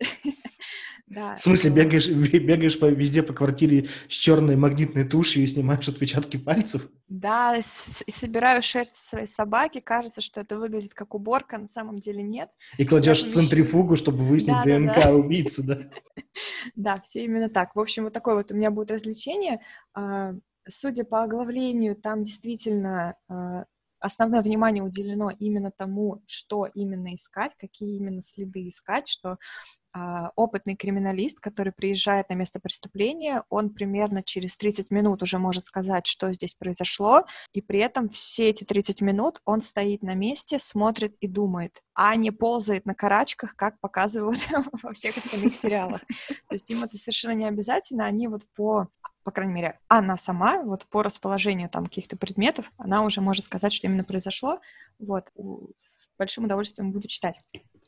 Да, В смысле, э, бегаешь, бегаешь по, везде по квартире с черной магнитной тушью и снимаешь отпечатки пальцев? Да, с- и собираю шерсть своей собаки, кажется, что это выглядит как уборка, на самом деле нет. И Я кладешь в помещаю... центрифугу, чтобы выяснить Да-да-да. ДНК убийцы, да? Да, все именно так. В общем, вот такое вот у меня будет развлечение. А, Судя по оглавлению, там действительно а, основное внимание уделено именно тому, что именно искать, какие именно следы искать, что а, опытный криминалист, который приезжает на место преступления, он примерно через тридцать минут уже может сказать, что здесь произошло, и при этом все эти тридцать минут он стоит на месте, смотрит и думает, а не ползает на карачках, как показывают во всех остальных сериалах. То есть им это совершенно не обязательно, они вот по, по крайней мере, она сама, вот по расположению там каких-то предметов, она уже может сказать, что именно произошло. Вот, у- с большим удовольствием буду читать.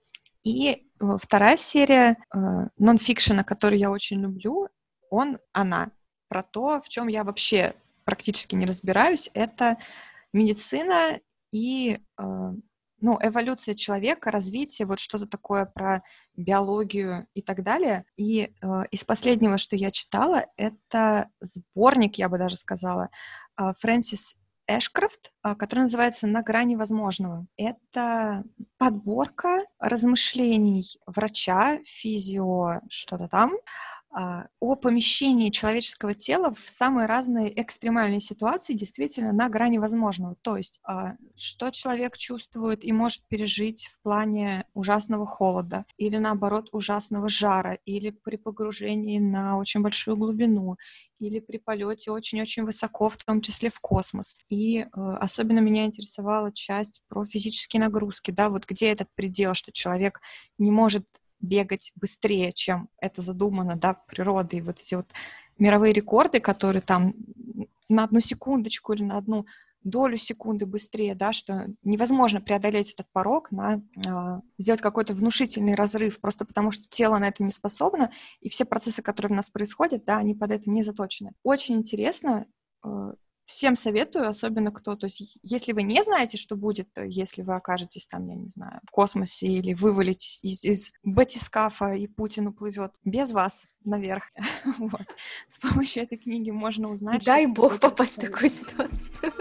И э, вторая серия э, нон-фикшена, который я очень люблю, он, она, про то, в чем я вообще практически не разбираюсь, это медицина и э, ну, эволюция человека, развитие, вот что-то такое про биологию и так далее. И э, из последнего, что я читала, это сборник, я бы даже сказала, э, Фрэнсис Эшкрофт, а, который называется «На грани возможного». Это подборка размышлений врача, физио, что-то там, а, о помещении человеческого тела в самые разные экстремальные ситуации, действительно на грани возможного. То есть, а, что человек чувствует и может пережить в плане ужасного холода, или наоборот ужасного жара, или при погружении на очень большую глубину, или при полете очень-очень высоко, в том числе в космос. И э, особенно меня интересовала часть про физические нагрузки, да, вот где этот предел, что человек не может бегать быстрее, чем это задумано, да, природой. И вот эти вот мировые рекорды, которые там на одну секундочку или на одну долю секунды быстрее, да, что невозможно преодолеть этот порог, на, э, сделать какой-то внушительный разрыв, просто потому что тело на это не способно, и все процессы, которые у нас происходят, да, они под это не заточены. Очень интересно, э, всем советую, особенно кто, то есть если вы не знаете, что будет, если вы окажетесь там, я не знаю, в космосе или вывалитесь из, из батискафа и Путин уплывет без вас наверх, вот. С помощью этой книги можно узнать, Дай что бог попасть в такую ситуацию.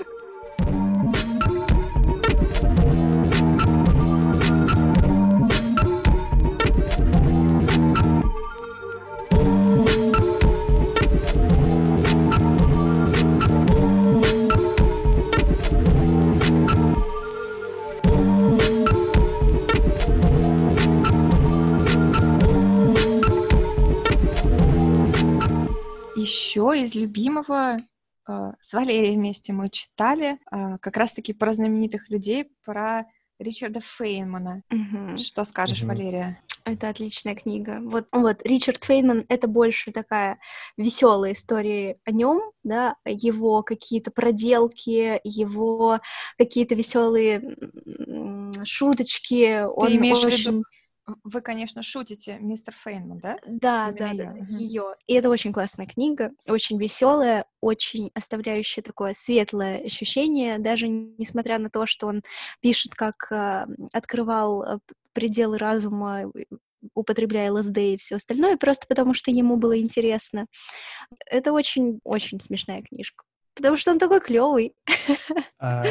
Еще из любимого э, с Валерией вместе мы читали э, как раз-таки про знаменитых людей, про Ричарда Фейнмана. Мгм. Что скажешь, Мгм. Валерия? Это отличная книга. Вот, вот Ричард Фейнман — это больше такая веселая история о нем, да, его какие-то проделки, его какие-то веселые шуточки. Ты Он имеешь в виду, очень... вы, конечно, шутите, мистер Фейнман, да? Да, Именно да, да, её, мгм. ее. И это очень классная книга, очень веселая, очень оставляющая такое светлое ощущение, даже несмотря на то, что он пишет, как э, открывал э, п- пределы разума, э, употребляя ЛСД и все остальное, просто потому что ему было интересно. Это очень-очень смешная книжка. Потому что он такой клевый. А,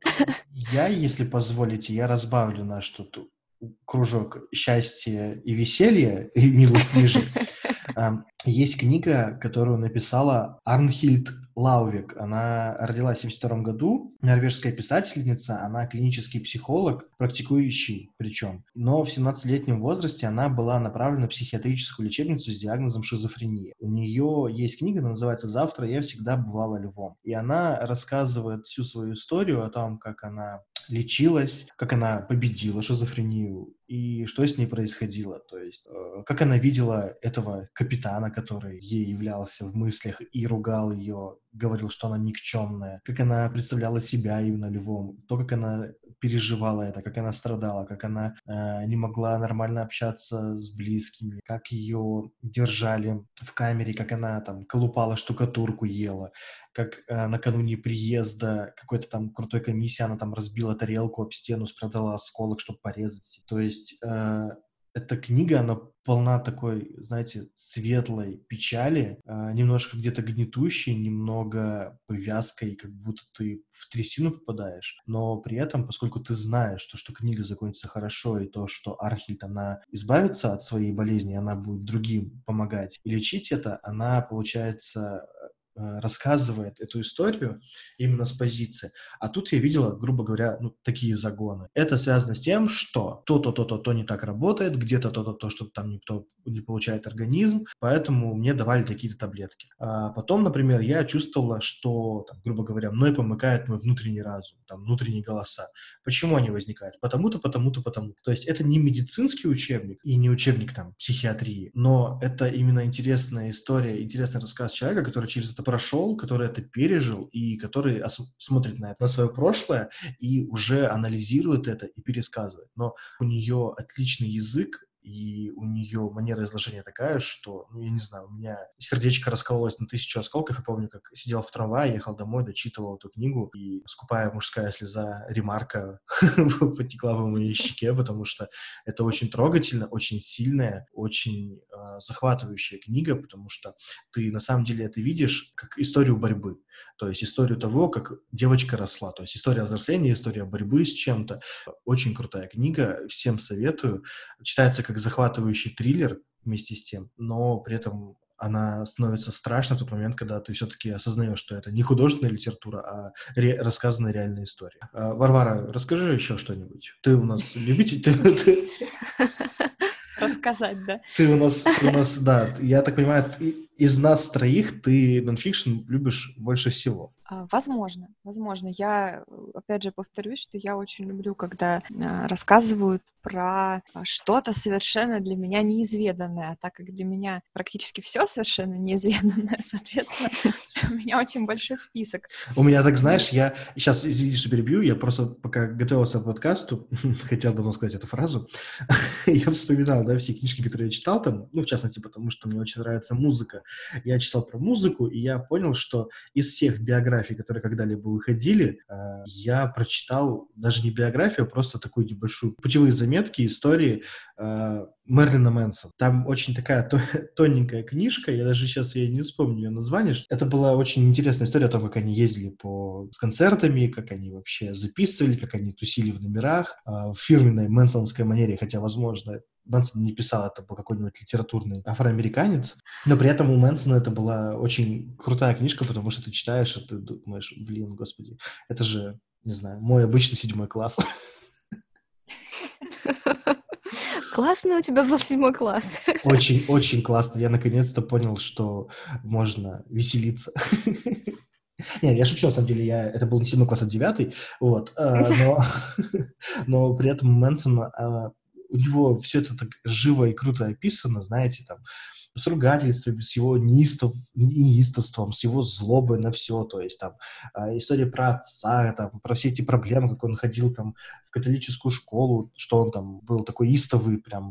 я, если позволите, я разбавлю наш тут кружок счастья и веселья и милых книжек. А, Есть книга, которую написала Арнхильд Лаувик. Она родилась в семьдесят втором году, норвежская писательница, она клинический психолог, практикующий причем. Но в семнадцатилетнем возрасте она была направлена в психиатрическую лечебницу с диагнозом шизофрения. У нее есть книга, она называется «Завтра я всегда бывала львом». И она рассказывает всю свою историю о том, как она лечилась, как она победила шизофрению и что с ней происходило. То есть, э, как она видела этого капитана, который ей являлся в мыслях и ругал ее, говорил, что она никчемная, как она представляла себя именно львом, то, как она переживала это, как она страдала, как она э, не могла нормально общаться с близкими, как ее держали в камере, как она там колупала штукатурку, ела, как э, накануне приезда какой-то там крутой комиссии она там разбила тарелку об стену, спрятала осколок, чтобы порезать. То есть э, эта книга, она полна такой, знаете, светлой печали, э, немножко где-то гнетущей, немного вязкой, как будто ты в трясину попадаешь, но при этом, поскольку ты знаешь, что, что книга закончится хорошо, и то, что Архильд, она избавится от своей болезни, она будет другим помогать и лечить это, она, получается, рассказывает эту историю именно с позиции. А тут я видела, грубо говоря, ну, такие загоны. Это связано с тем, что то-то, то-то, то не так работает, где-то то-то, то, что там никто не получает организм, поэтому мне давали такие-то таблетки. А потом, например, я чувствовала, что, там, грубо говоря, мной помыкает мой внутренний разум, там, внутренние голоса. Почему они возникают? Потому-то, потому-то, потому. То есть это не медицинский учебник и не учебник там психиатрии, но это именно интересная история, интересный рассказ человека, который через это прошел, который это пережил и который ос- смотрит на это, на свое прошлое и уже анализирует это и пересказывает. Но у нее отличный язык, и у нее манера изложения такая, что, ну, я не знаю, у меня сердечко раскололось на тысячу осколков. Я помню, как сидел в трамвае, ехал домой, дочитывал эту книгу, и скупая мужская слеза ремарка потекла по моей щеке, потому что это очень трогательно, очень сильная, очень э, захватывающая книга, потому что ты на самом деле это видишь как историю борьбы, то есть историю того, как девочка росла, то есть история взросления, история борьбы с чем-то. Очень крутая книга, всем советую. Читается как захватывающий триллер вместе с тем, но при этом она становится страшна в тот момент, когда ты все-таки осознаешь, что это не художественная литература, а ре- рассказанная реальная история. А, Варвара, расскажи еще что-нибудь. Ты у нас любитель... Ты, ты, Рассказать, да. ты у нас, ты у нас, да, я так понимаю, и- из нас троих ты нонфикшн любишь больше всего. А, Возможно, возможно. Я, э, опять же, повторюсь, что я очень люблю, когда а, рассказывают про а, что-то совершенно для меня неизведанное, а так как для меня практически все совершенно неизведанное, соответственно, у меня очень большой список. У меня так, знаешь, я сейчас, извини, что перебью, я просто пока готовился к подкасту, хотел давно сказать эту фразу, я вспоминал, да, все книжки, которые я читал там, ну, в частности, потому что мне очень нравится музыка. Я читал про музыку, и я понял, что из всех биографий, которые когда-либо выходили, э, я прочитал даже не биографию, а просто такую небольшую путевые заметки, истории э, Мерлина Мэнсона. Там очень такая то- тоненькая книжка, я даже сейчас я не вспомню ее название. Это была очень интересная история о том, как они ездили по с концертами, как они вообще записывали, как они тусили в номерах, э, в фирменной мэнсоновской манере, хотя, возможно, Мэнсон не писал, это был какой-нибудь литературный афроамериканец, но при этом у Мэнсона это была очень крутая книжка, потому что ты читаешь, и ты думаешь, блин, господи, это же, не знаю, мой обычный седьмой класс. Классный у тебя был седьмой класс. Очень-очень классно. Я наконец-то понял, что можно веселиться. Нет, я шучу, на самом деле, я, это был не седьмой класс, а девятый, вот, а, но, но при этом у Мэнсона, а, у него все это так живо и круто описано, знаете, там, с ругательствами, с его неистов, неистовством, с его злобой на все, то есть там а, история про отца, там, про все эти проблемы, как он ходил там в католическую школу, что он там был такой истовый, прям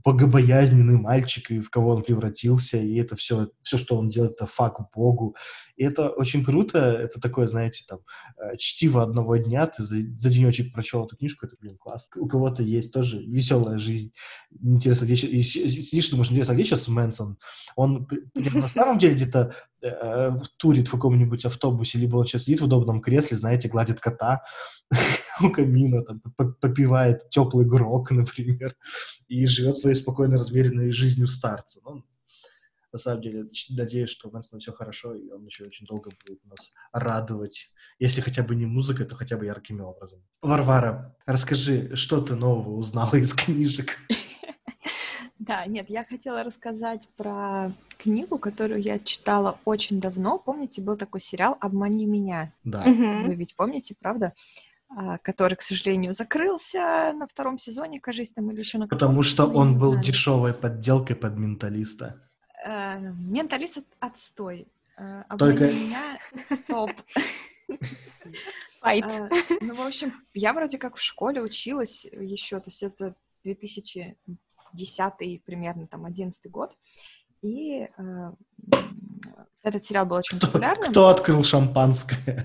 богобоязненный мальчик, и в кого он превратился, и это все, все, что он делает, это фак Богу, И это очень круто, это такое, знаете, там, э, чтиво одного дня, ты за, за денечек прочел эту книжку, это, блин, классно. У кого-то есть тоже веселая жизнь. Интересно, где щас- и си- сидишь, думаешь, интересно, а где сейчас Мэнсон? Он при- при- на самом деле где-то э, турит в каком-нибудь автобусе, либо он сейчас сидит в удобном кресле, знаете, гладит кота у камина, там, п- попивает теплый грог, например, и живет своей спокойной, размеренной жизнью старца. Ну, на самом деле, ч- надеюсь, что у Мэнсона все хорошо, и он еще очень долго будет нас радовать. Если хотя бы не музыкой, то хотя бы яркими образами. Варвара, расскажи, что ты нового узнала из книжек? Да, нет, я хотела рассказать про книгу, которую я читала очень давно. Помните, был такой сериал «Обмани меня». Да. Вы ведь помните, правда? А, который, к сожалению, закрылся на втором сезоне, кажется, там, или еще на каком-то. Потому что Ну, я он не был знаю. дешевой подделкой под «Менталиста». Э, «Менталист» от- отстой. Э, «Обмани Только- меня» топ. Файт. А, Ну, в общем, я вроде как в школе училась еще, то есть это две тысячи десятый примерно, там, одиннадцатый год, и э, м, этот сериал был очень Кто, популярным. кто открыл шампанское?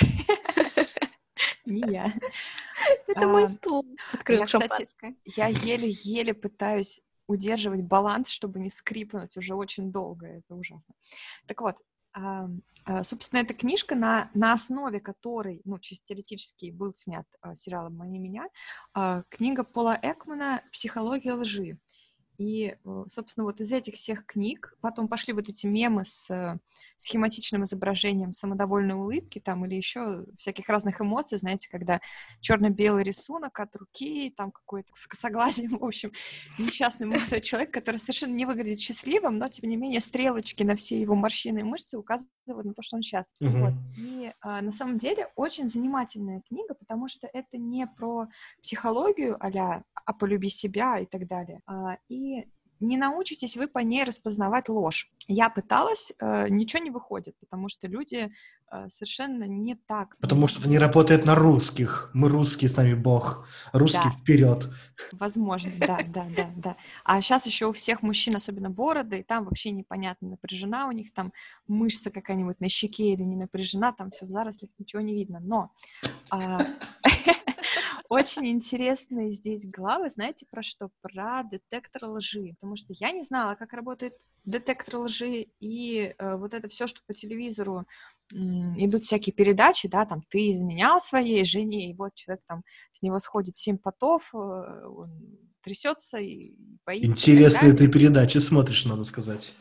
Не я. Это А, мой стул. Открыл я, кстати, шампанское. Я еле-еле пытаюсь удерживать баланс, чтобы не скрипнуть уже очень долго. Это ужасно. Так вот, а, а, собственно, эта книжка, на, на основе которой, ну, чисто теоретически был снят а, сериал «Обмани меня», а, книга Пола Экмана «Психология лжи». И, э, собственно, вот из этих всех книг потом пошли вот эти мемы с э, схематичным изображением самодовольной улыбки там или еще всяких разных эмоций, знаете, когда черно-белый рисунок от руки, там какой-то с косоглазием, в общем, несчастный молодой человек, который совершенно не выглядит счастливым, но, тем не менее, стрелочки на все его морщины и мышцы указывают на то, что он счастлив. Мгм. Вот. И а, на самом деле очень занимательная книга, потому что это не про психологию а-ля «а полюби себя» и так далее, а, и не научитесь вы по ней распознавать ложь. Я пыталась, э, ничего не выходит, потому что люди э, совершенно не так... Потому что это не работает на русских. Мы русские, с нами Бог. Русский Да. вперед. Возможно, да, да, да, да. А сейчас еще у всех мужчин, особенно бороды, и там вообще непонятно, напряжена у них там мышца какая-нибудь на щеке или не напряжена, там все в зарослях, ничего не видно. Но а, очень интересные здесь главы, знаете, про что? Про детектор лжи. Потому что я не знала, как работает детектор лжи, и э, вот это все, что по телевизору м, идут всякие передачи, да, там, ты изменял своей жене, и вот человек там, с него сходит семь потов, э, он трясется и боится. и так Интересные далее. ты передачи смотришь, надо сказать.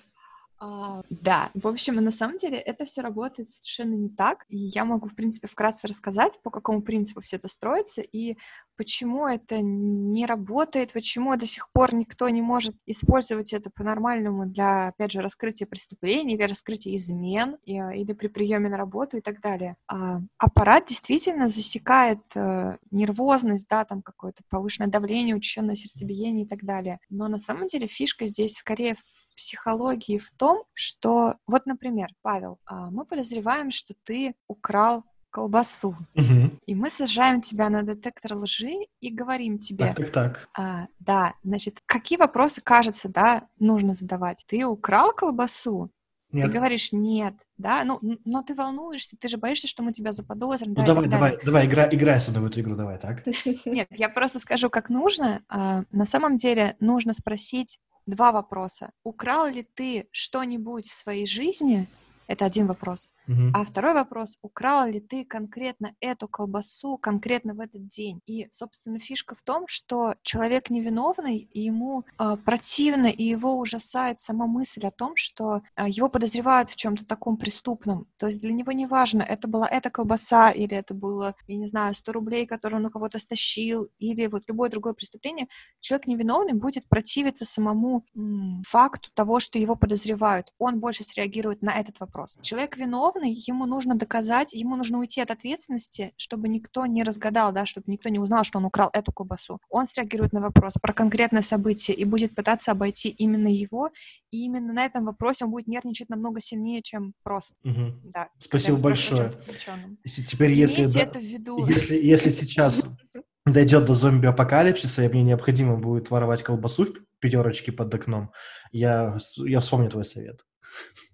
А, да, в общем, на самом деле это все работает совершенно не так, и я могу, в принципе, вкратце рассказать, по какому принципу все это строится, и почему это не работает, почему до сих пор никто не может использовать это по-нормальному для, опять же, раскрытия преступлений или раскрытия измен, и, или при приеме на работу и так далее. А, аппарат действительно засекает э, нервозность, да, там какое-то повышенное давление, учащенное сердцебиение и так далее. Но на самом деле фишка здесь скорее в психологии в том, что, вот, например, Павел, а, мы подозреваем, что ты украл колбасу, Мгм. и мы сажаем тебя на детектор лжи и говорим тебе, Так, так, так. а, да, значит, какие вопросы, кажется, да, нужно задавать? Ты украл колбасу? Ты Нет. говоришь нет, да, ну, н- но ты волнуешься, ты же боишься, что мы тебя заподозрим, Ну да, и давай, так давай, далее. давай, играй, играй со мной в эту игру, давай, так? Нет, я просто скажу, как нужно. А, на самом деле нужно спросить два вопроса. Украл ли ты что-нибудь в своей жизни? Это один вопрос. Мгм. А второй вопрос, украл ли ты конкретно эту колбасу конкретно в этот день? И, собственно, фишка в том, что человек невиновный, и ему э, противно, и его ужасает сама мысль о том, что э, его подозревают в чем-то таком преступном. То есть для него не важно, это была эта колбаса, или это было, я не знаю, сто рублей, которые он у кого-то стащил, или вот любое другое преступление. Человек невиновный будет противиться самому м, факту того, что его подозревают. Он больше среагирует на этот вопрос. Человек виновный, ему нужно доказать, ему нужно уйти от ответственности, чтобы никто не разгадал, да, чтобы никто не узнал, что он украл эту колбасу. Он среагирует на вопрос про конкретное событие и будет пытаться обойти именно его, и именно на этом вопросе он будет нервничать намного сильнее, чем просто. Мгм. Да, Спасибо когда вы спрашиваете о большое. чем-то отвлечённом. Если- Теперь, если, Имейте да- это в виду. если, если сейчас дойдет до зомби-апокалипсиса, и мне необходимо будет воровать колбасу в пятерочке под окном, я, с- я вспомню твой совет.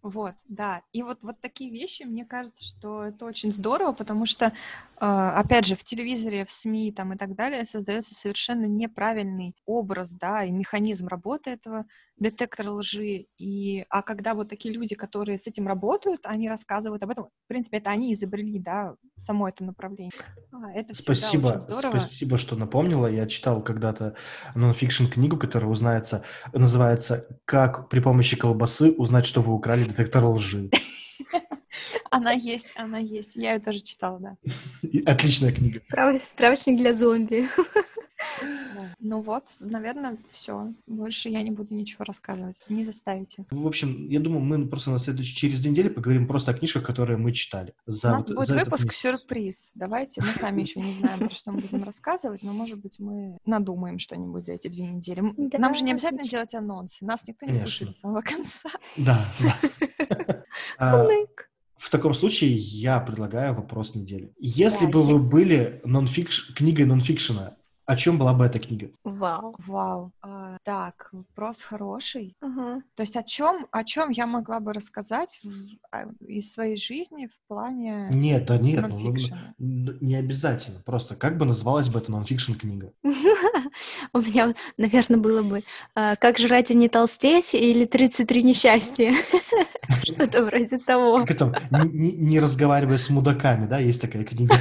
Вот, да. И вот, вот такие вещи, мне кажется, что это очень здорово, потому что, э, опять же, в телевизоре, в СМИ там и так далее создается совершенно неправильный образ, да, и механизм работы этого детектора лжи. И, а когда вот такие люди, которые с этим работают, они рассказывают об этом, в принципе, это они изобрели, да, само это направление. А, это всегда очень Спасибо, здорово. спасибо, что напомнила. Я читал когда-то нонфикшн книгу, которая узнается, называется «Как при помощи колбасы узнать, что вы украли детектор лжи». Она есть, она есть. Я ее тоже читала, да. И Отличная книга. Справ- Справочник для зомби. Да. Ну вот, наверное, все. Больше я не буду ничего рассказывать. Не заставите. В общем, я думаю, мы просто на следующей, через две недели поговорим просто о книжках, которые мы читали У за, нас вот, будет за этот выпуск месяц. сюрприз. Давайте, мы сами еще не знаем, про что мы будем рассказывать, но, может быть, мы надумаем что-нибудь за эти две недели. М, Да, Нам же не обязательно отлично. делать анонсы. Нас никто не слушает Конечно. до самого конца. Да, да. А, Кулык. В таком случае я предлагаю вопрос недели. Если Да, бы я- вы были нонфикш... книгой нонфикшена, о чем была бы эта книга? Вау. Вау. А, так, вопрос хороший. Ага. То есть о чем, о чем я могла бы рассказать в- а, из своей жизни в плане Нет, да нет, ну, нонфикшена? н- не обязательно. Просто как бы называлась бы эта нонфикшн книга? У меня, наверное, было бы а, «Как жрать и не толстеть» или «тридцать три несчастья». Что-то вроде того. Как это, не, не- не разговаривая с мудаками, да, есть такая книга.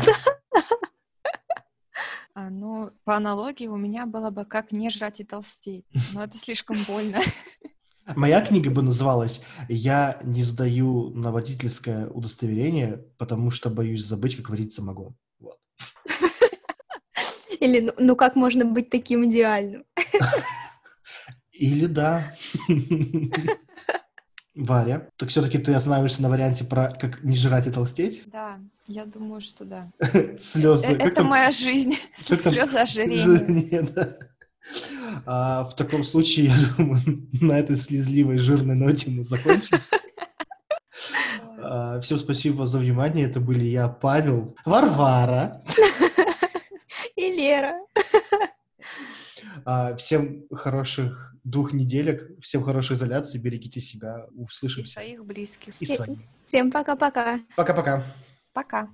А, ну, по аналогии у меня было бы «Как не жрать и толстеть». Но это слишком больно. Моя книга бы называлась «Я не сдаю на водительское удостоверение, потому что боюсь забыть, как варить самогон». Вот. Или «Ну ну как можно быть таким идеальным?» Или да. Варя, так все-таки ты останавливаешься на варианте про как не жрать и толстеть? Да, я думаю, что да. Слезы. Э, Как Это там? моя жизнь. Как там? Слезы ожирения. Не, да. А, в таком случае, я думаю, на этой слезливой жирной ноте мы закончим. А, всем спасибо за внимание. Это были я, Павел, Варвара. И Лера. А, всем хороших двух неделек, всем хорошей изоляции, берегите себя, И услышимся. своих близких. И своих. Всем пока-пока. Пока-пока. Пока.